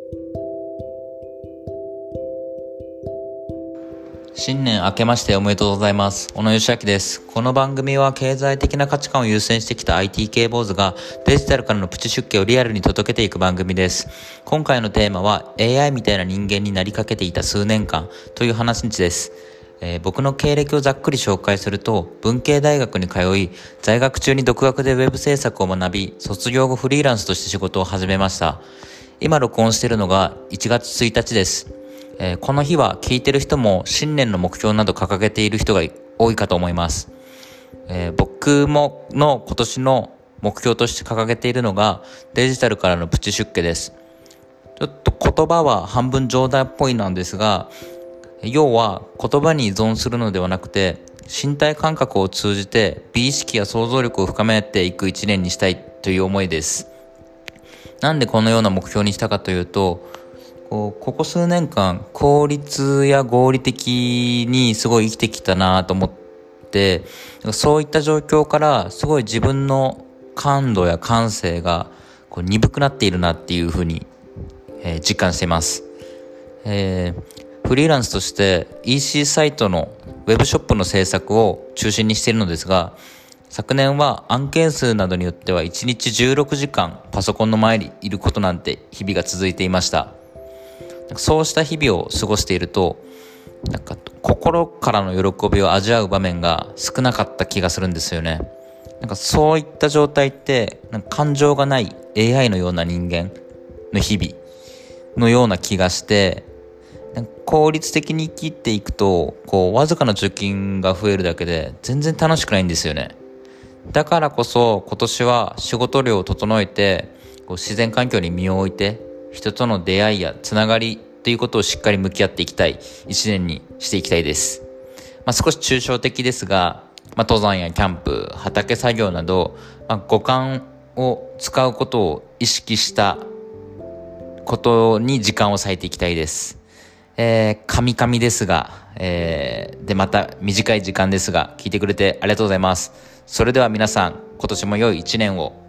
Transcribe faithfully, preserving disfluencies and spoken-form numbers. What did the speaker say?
新年明けましておめでとうございます。小野義明です。この番組は経済的な価値観を優先してきた アイティー 系坊主がデジタルからのプチ出家をリアルに届けていく番組です。今回のテーマは エーアイ みたいな人間になりかけていた数年間という話です。えー、僕の経歴をざっくり紹介すると、文系大学に通い、在学中に独学でウェブ制作を学び、卒業後フリーランスとして仕事を始めました。今録音しているのがいちがつついたちです。えー、この日は聞いてる人も新年の目標など掲げている人が多いかと思います。えー、僕もの今年の目標として掲げているのがデジタルからのプチ出家です。ちょっと言葉は半分冗談っぽいなんですが、要は言葉に依存するのではなくて、身体感覚を通じて美意識や想像力を深めていく一年にしたいという思いです。なんでこのような目標にしたかというと、こうここ数年間効率や合理的にすごい生きてきたなと思って、そういった状況からすごい自分の感度や感性がこう鈍くなっているなっていうふうに、えー、実感しています。えーフリーランスとして イーシー サイトのウェブショップの制作を中心にしているのですが、昨年は案件数などによってはいちにちじゅうろくじかんパソコンの前にいることなんて日々が続いていました。そうした日々を過ごしていると、なんか心からの喜びを味わう場面が少なかった気がするんですよね。なんかそういった状態ってなんか感情がない エーアイ のような人間の日々のような気がして、効率的に生きていくとこうわずかな貯金が増えるだけで全然楽しくないんですよね。だからこそ今年は仕事量を整えて、こう自然環境に身を置いて人との出会いやつながりということをしっかり向き合っていきたい一年にしていきたいです。まあ、少し抽象的ですが、まあ、登山やキャンプ、畑作業など、まあ、五感を使うことを意識したことに時間を割いていきたいです。えー、神々ですが、えー、でまた短い時間ですが聞いてくれてありがとうございます。それでは皆さん、今年も良い一年を。